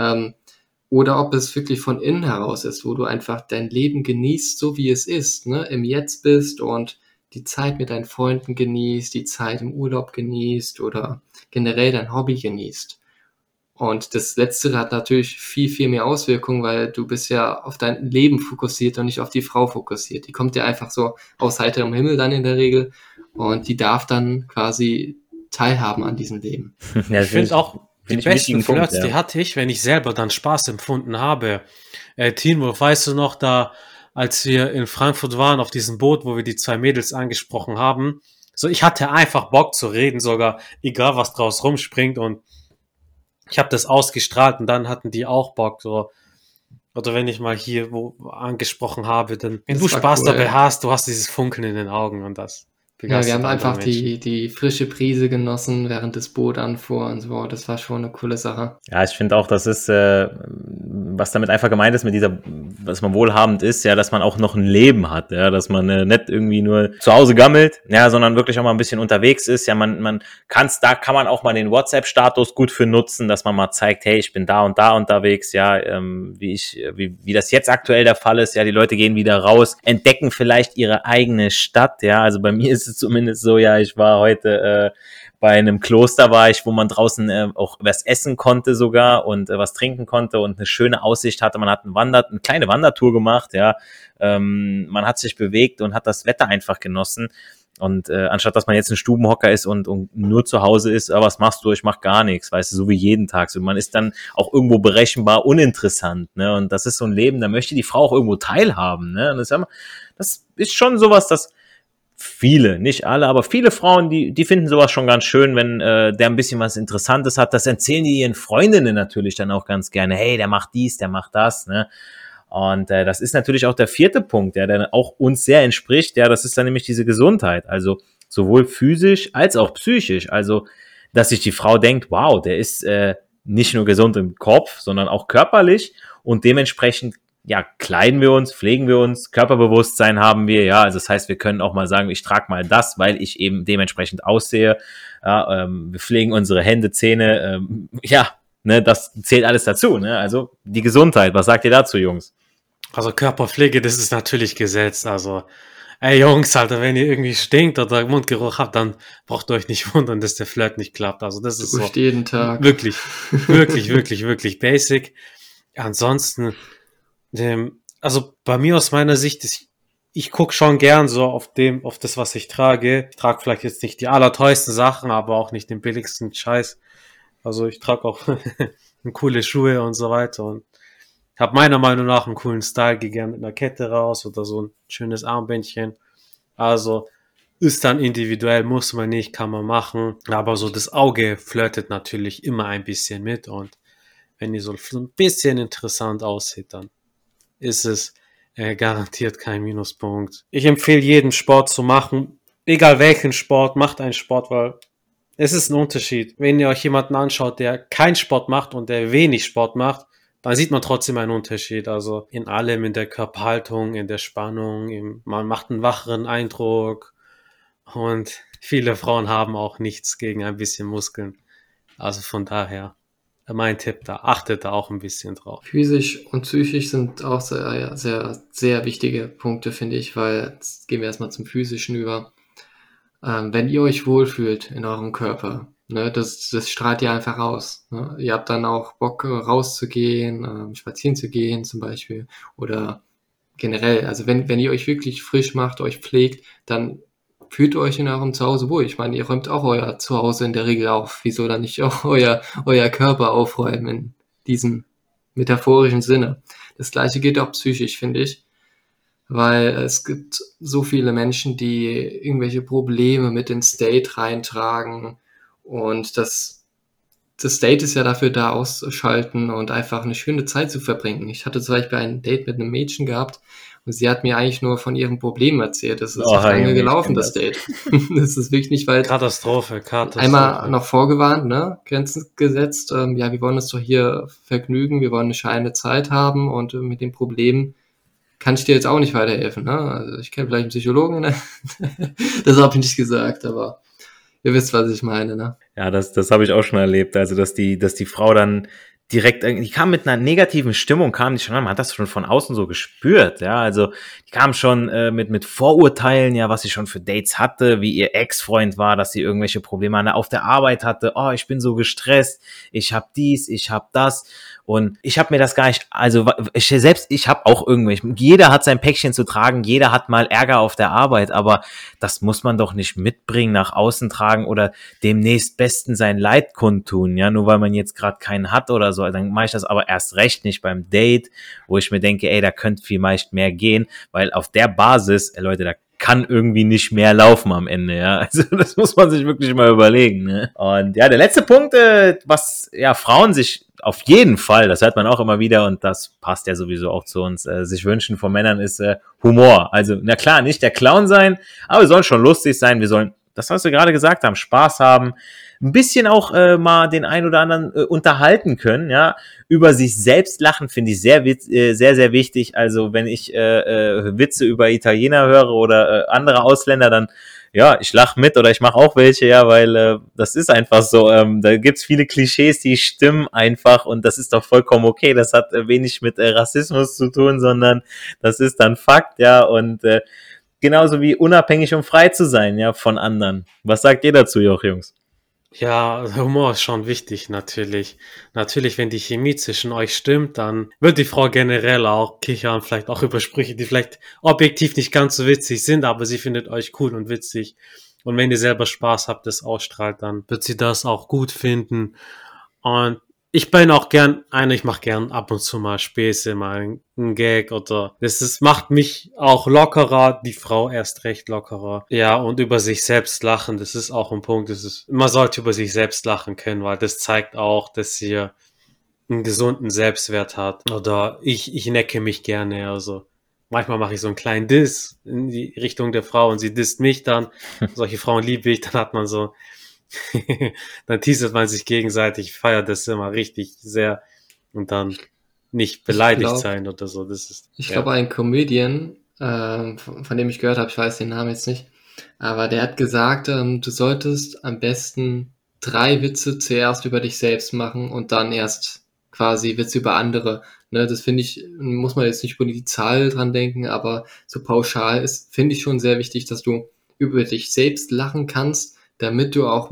Oder ob es wirklich von innen heraus ist, wo du einfach dein Leben genießt, so wie es ist, ne? Im Jetzt bist und die Zeit mit deinen Freunden genießt, die Zeit im Urlaub genießt oder generell dein Hobby genießt. Und das Letztere hat natürlich viel, viel mehr Auswirkungen, weil du bist ja auf dein Leben fokussiert und nicht auf die Frau fokussiert. Die kommt ja einfach so aus heiterem Himmel dann in der Regel und die darf dann quasi teilhaben an diesem Leben. Ja, Ich finde auch, die find ich einen besten wichtigen Punkt, Flirts, ja. die hatte ich, wenn ich selber dann Spaß empfunden habe. Teen Wolf, weißt du noch, da, als wir in Frankfurt waren, auf diesem Boot, wo wir die 2 Mädels angesprochen haben, so, ich hatte einfach Bock zu reden, sogar, egal was draus rumspringt, und ich habe das ausgestrahlt, und dann hatten die auch Bock, so. Oder wenn ich mal hier angesprochen habe, dann, wenn Das du war Spaß cool, dabei ja. hast, du hast dieses Funkeln in den Augen, und das Ja, wir begeistert haben andere einfach Menschen. die frische Brise genossen, während das Boot anfuhr und so. Das war schon eine coole Sache. Ja, ich finde auch, das ist, was damit einfach gemeint ist, mit dieser, was man wohlhabend ist, ja, dass man auch noch ein Leben hat, ja, dass man nicht irgendwie nur zu Hause gammelt, ja, sondern wirklich auch mal ein bisschen unterwegs ist, ja, da kann man auch mal den WhatsApp-Status gut für nutzen, dass man mal zeigt, hey, ich bin da und da unterwegs, ja, wie das jetzt aktuell der Fall ist, ja, die Leute gehen wieder raus, entdecken vielleicht ihre eigene Stadt, ja, also bei mir ist es zumindest so, ja, ich war heute, bei einem Kloster wo man draußen auch was essen konnte sogar und was trinken konnte und eine schöne Aussicht hatte. Man hat eine kleine Wandertour gemacht, ja. Man hat sich bewegt und hat das Wetter einfach genossen. Und anstatt dass man jetzt ein Stubenhocker ist und nur zu Hause ist, was machst du? Ich mach gar nichts, weißt du, so wie jeden Tag. So, man ist dann auch irgendwo berechenbar uninteressant, ne? Und das ist so ein Leben, da möchte die Frau auch irgendwo teilhaben, ne? Und das ist schon sowas, das viele, nicht alle, aber viele Frauen, die finden sowas schon ganz schön, wenn der ein bisschen was Interessantes hat. Das erzählen die ihren Freundinnen natürlich dann auch ganz gerne. Hey, der macht dies, der macht das, ne? Und das ist natürlich auch der 4. Punkt, der auch uns sehr entspricht. Ja, das ist dann nämlich diese Gesundheit. Also sowohl physisch als auch psychisch. Also, dass sich die Frau denkt, wow, der ist nicht nur gesund im Kopf, sondern auch körperlich und dementsprechend ja, kleiden wir uns, pflegen wir uns, Körperbewusstsein haben wir, ja, also das heißt, wir können auch mal sagen, ich trage mal das, weil ich eben dementsprechend aussehe, ja, wir pflegen unsere Hände, Zähne, ja, ne, das zählt alles dazu, ne, also die Gesundheit, was sagt ihr dazu, Jungs? Also Körperpflege, das ist natürlich Gesetz. Also, ey Jungs, Alter, wenn ihr irgendwie stinkt oder Mundgeruch habt, dann braucht ihr euch nicht wundern, dass der Flirt nicht klappt. Also das ist so Duscht jeden Tag. wirklich, wirklich, wirklich, wirklich basic. Ansonsten, also bei mir aus meiner Sicht ich gucke schon gern so auf das, was ich trage. Ich trage vielleicht jetzt nicht die allerteuersten Sachen, aber auch nicht den billigsten Scheiß. Also ich trage auch coole Schuhe und so weiter und habe meiner Meinung nach einen coolen Style, gehe gern mit einer Kette raus oder so ein schönes Armbändchen. Also ist dann individuell, muss man nicht, kann man machen. Aber so das Auge flirtet natürlich immer ein bisschen mit, und wenn ihr so ein bisschen interessant aussieht, dann ist es garantiert kein Minuspunkt. Ich empfehle jedem Sport zu machen, egal welchen Sport, macht einen Sport, weil es ist ein Unterschied. Wenn ihr euch jemanden anschaut, der keinen Sport macht und der wenig Sport macht, da sieht man trotzdem einen Unterschied. Also in allem, in der Körperhaltung, in der Spannung, man macht einen wacheren Eindruck und viele Frauen haben auch nichts gegen ein bisschen Muskeln. Also von daher, mein Tipp da, achtet da auch ein bisschen drauf. Physisch und psychisch sind auch sehr, sehr, sehr wichtige Punkte, finde ich, weil jetzt gehen wir erstmal zum Physischen über. Wenn ihr euch wohlfühlt in eurem Körper, ne, das strahlt ihr einfach aus. Ne? Ihr habt dann auch Bock rauszugehen, spazieren zu gehen zum Beispiel oder generell. Also wenn ihr euch wirklich frisch macht, euch pflegt, dann fühlt euch in eurem Zuhause wohl. Ich meine, ihr räumt auch euer Zuhause in der Regel auf. Wieso dann nicht auch euer Körper aufräumen in diesem metaphorischen Sinne? Das Gleiche gilt auch psychisch, finde ich. Weil es gibt so viele Menschen, die irgendwelche Probleme mit ins Date reintragen und das Date ist ja dafür da, auszuschalten und einfach eine schöne Zeit zu verbringen. Ich hatte zum Beispiel ein Date mit einem Mädchen gehabt und sie hat mir eigentlich nur von ihren Problemen erzählt. Das ist nicht lange gelaufen, das Date. Das ist wirklich nicht weit. Katastrophe. Einmal noch vorgewarnt, ne? Grenzen gesetzt. Ja, wir wollen uns doch hier vergnügen, wir wollen eine scheine Zeit haben und mit den Problemen kann ich dir jetzt auch nicht weiterhelfen. Ne? Also ich kenne vielleicht einen Psychologen, ne? Das habe ich nicht gesagt, aber ihr wisst, was ich meine. Ne? Ja, das habe ich auch schon erlebt. Also, dass die Frau dann direkt, die kam mit einer negativen Stimmung, kam die schon an, man hat das schon von außen so gespürt, ja, also die kam schon mit Vorurteilen, ja, was sie schon für Dates hatte, wie ihr Ex-Freund war, dass sie irgendwelche Probleme auf der Arbeit hatte, oh, ich bin so gestresst, ich hab dies, ich hab das und ich habe mir das gar nicht, also ich habe auch irgendwelche, jeder hat sein Päckchen zu tragen, jeder hat mal Ärger auf der Arbeit, aber das muss man doch nicht mitbringen, nach außen tragen oder dem nächstbesten sein Leid kundtun, ja, nur weil man jetzt gerade keinen hat oder so, dann mache ich das aber erst recht nicht beim Date, wo ich mir denke, ey, da könnte vielleicht mehr gehen, weil auf der Basis, Leute, da kann irgendwie nicht mehr laufen am Ende, ja, also das muss man sich wirklich mal überlegen, ne? Und ja, der letzte Punkt, was ja Frauen sich auf jeden Fall, das hört man auch immer wieder und das passt ja sowieso auch zu uns, sich wünschen von Männern ist Humor, also na klar, nicht der Clown sein, aber wir sollen schon lustig sein, wir sollen, das was wir gerade gesagt haben, Spaß haben, ein bisschen auch mal den einen oder anderen unterhalten können, ja, über sich selbst lachen finde ich sehr, sehr wichtig, also wenn ich Witze über Italiener höre oder andere Ausländer, dann ja, ich lache mit oder ich mache auch welche, ja, weil das ist einfach so, da gibt's viele Klischees, die stimmen einfach und das ist doch vollkommen okay, das hat wenig mit Rassismus zu tun, sondern das ist dann Fakt, ja, und genauso wie unabhängig und frei zu sein, ja, von anderen. Was sagt ihr dazu, Jungs? Ja, Humor ist schon wichtig, natürlich. Natürlich, wenn die Chemie zwischen euch stimmt, dann wird die Frau generell auch kichern, vielleicht auch über Sprüche, die vielleicht objektiv nicht ganz so witzig sind, aber sie findet euch cool und witzig. Und wenn ihr selber Spaß habt, das ausstrahlt, dann wird sie das auch gut finden. Und ich bin auch ich mache gern ab und zu mal Späße, mal einen Gag oder das macht mich auch lockerer, die Frau erst recht lockerer. Ja, und über sich selbst lachen, das ist auch ein Punkt, man sollte über sich selbst lachen können, weil das zeigt auch, dass ihr einen gesunden Selbstwert hat. Oder ich necke mich gerne, also manchmal mache ich so einen kleinen Diss in die Richtung der Frau und sie disst mich dann. Solche Frauen liebe ich, dann hat man so dann teasert man sich gegenseitig, feiert das immer richtig sehr und dann nicht beleidigt sein oder so. Ich glaube, ein Comedian, von dem ich gehört habe, ich weiß den Namen jetzt nicht, aber der hat gesagt, du solltest am besten 3 Witze zuerst über dich selbst machen und dann erst quasi Witze über andere. Ne, das finde ich, muss man jetzt nicht über die Zahl dran denken, aber so pauschal ist, finde ich schon sehr wichtig, dass du über dich selbst lachen kannst, damit du auch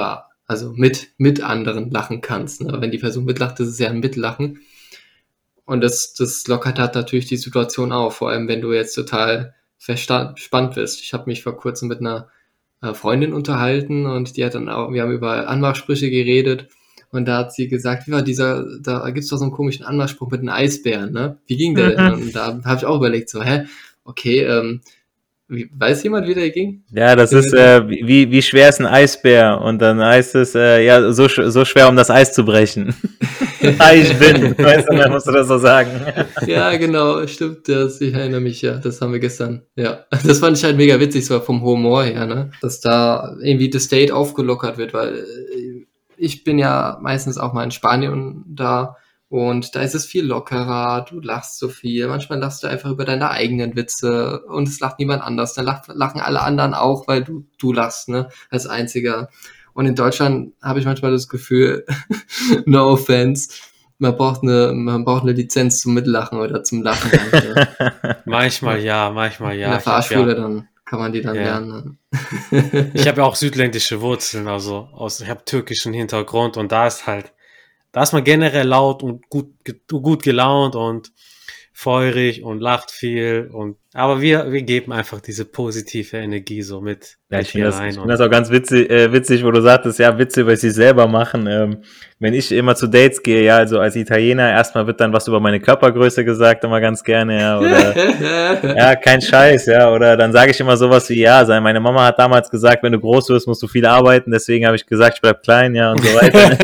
mit anderen lachen kannst. Ne? Wenn die Person mitlacht, das ist ja ein Mitlachen. Und das lockert halt natürlich die Situation auf, vor allem wenn du jetzt total verspannt bist. Ich habe mich vor kurzem mit einer Freundin unterhalten und die hat dann auch, wir haben über Anmachsprüche geredet und da hat sie gesagt, da gibt's doch so einen komischen Anmachspruch mit einem Eisbären, ne? Wie ging der denn? Und da habe ich auch überlegt, so, okay, weiß jemand, wie der ging? Ja, das ist, wie schwer ist ein Eisbär? Und dann heißt es, ja, so schwer, um das Eis zu brechen. Ich bin, weißt du, dann musst du das so sagen. Ja, genau, stimmt, ich erinnere mich, ja, das haben wir gestern, ja. Das fand ich halt mega witzig, so vom Humor her, ne? Dass da irgendwie das Date aufgelockert wird, weil ich bin ja meistens auch mal in Spanien da Und da ist es viel lockerer, du lachst so viel. Manchmal lachst du einfach über deine eigenen Witze und es lacht niemand anders. Dann lachen alle anderen auch, weil du lachst, ne, als Einziger. Und in Deutschland habe ich manchmal das Gefühl, no offense, man braucht eine Lizenz zum Mitlachen oder zum Lachen. Manchmal ja. In der Fahrschule, dann kann man die dann lernen. Ich habe ja auch südländische Wurzeln, also ich habe türkischen Hintergrund und da ist man generell laut und gut gelaunt und feurig und lacht viel aber wir geben einfach diese positive Energie so mit. Ja, ich finde das auch ganz witzig, wo du sagtest, ja, Witze über sich selber machen. Wenn ich immer zu Dates gehe, ja, also als Italiener, erstmal wird dann was über meine Körpergröße gesagt, immer ganz gerne, ja, oder, ja, kein Scheiß, ja, oder dann sage ich immer sowas wie, ja, meine Mama hat damals gesagt, wenn du groß wirst, musst du viel arbeiten, deswegen habe ich gesagt, ich bleib klein, ja, und so weiter.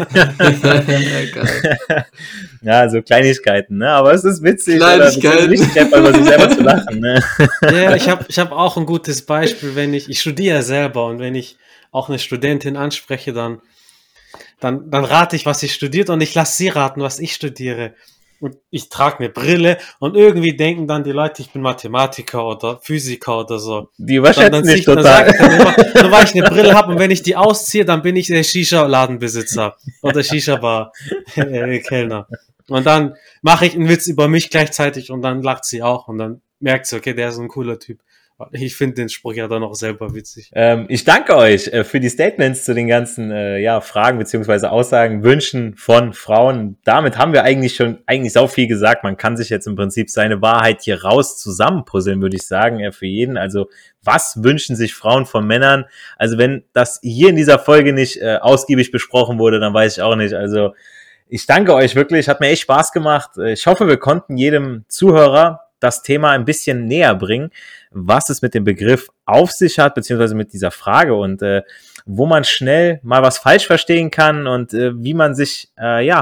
Ja, so Kleinigkeiten, ne, aber es ist witzig, Kleinigkeiten. Es ist wichtig, einfach über sich selber zu lachen, ne. Ja, ich hab auch ein gutes Beispiel, wenn ich studiere selber und wenn ich auch eine Studentin anspreche, dann rate ich, was sie studiert und ich lasse sie raten, was ich studiere. Und ich trage eine Brille und irgendwie denken dann die Leute, ich bin Mathematiker oder Physiker oder so. Die überschätzen mich total. Dann sage ich dann immer, nur weil ich eine Brille habe und wenn ich die ausziehe, dann bin ich der Shisha-Ladenbesitzer oder Shisha-Bar-Kellner. Und dann mache ich einen Witz über mich gleichzeitig und dann lacht sie auch und dann merkt sie, okay, der ist ein cooler Typ. Ich finde den Spruch ja dann auch selber witzig. Ich danke euch für die Statements zu den ganzen Fragen beziehungsweise Aussagen, Wünschen von Frauen. Damit haben wir eigentlich sau viel gesagt. Man kann sich jetzt im Prinzip seine Wahrheit hier raus zusammenpuzzeln, würde ich sagen, für jeden. Also was wünschen sich Frauen von Männern? Also wenn das hier in dieser Folge nicht ausgiebig besprochen wurde, dann weiß ich auch nicht. Also ich danke euch wirklich, hat mir echt Spaß gemacht. Ich hoffe, wir konnten jedem Zuhörer das Thema ein bisschen näher bringen, was es mit dem Begriff auf sich hat, beziehungsweise mit dieser Frage und wo man schnell mal was falsch verstehen kann und wie man sich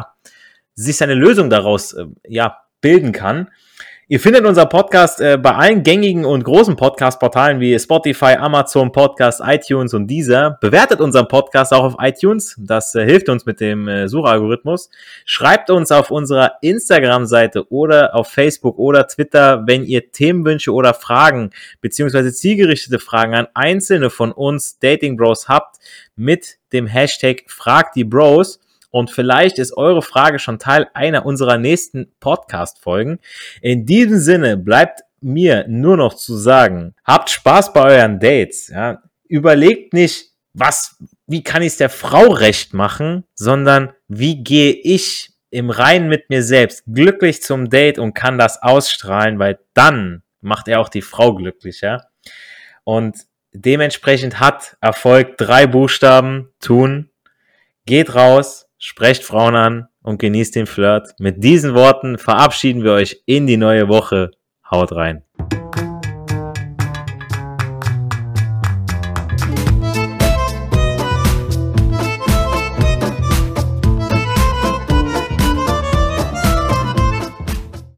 seine Lösung daraus bilden kann. Ihr findet unser Podcast bei allen gängigen und großen Podcast-Portalen wie Spotify, Amazon Podcast, iTunes und Deezer. Bewertet unseren Podcast auch auf iTunes. Das hilft uns mit dem Suchalgorithmus. Schreibt uns auf unserer Instagram-Seite oder auf Facebook oder Twitter, wenn ihr Themenwünsche oder Fragen beziehungsweise zielgerichtete Fragen an einzelne von uns Dating Bros habt mit dem Hashtag #FragDieBros. Und vielleicht ist eure Frage schon Teil einer unserer nächsten Podcast-Folgen. In diesem Sinne bleibt mir nur noch zu sagen, habt Spaß bei euren Dates. Ja? Überlegt nicht, wie kann ich es der Frau recht machen, sondern wie gehe ich im Reinen mit mir selbst glücklich zum Date und kann das ausstrahlen, weil dann macht er auch die Frau glücklich. Ja? Und dementsprechend hat Erfolg 3 Buchstaben, tun, geht raus, sprecht Frauen an und genießt den Flirt. Mit diesen Worten verabschieden wir euch in die neue Woche. Haut rein.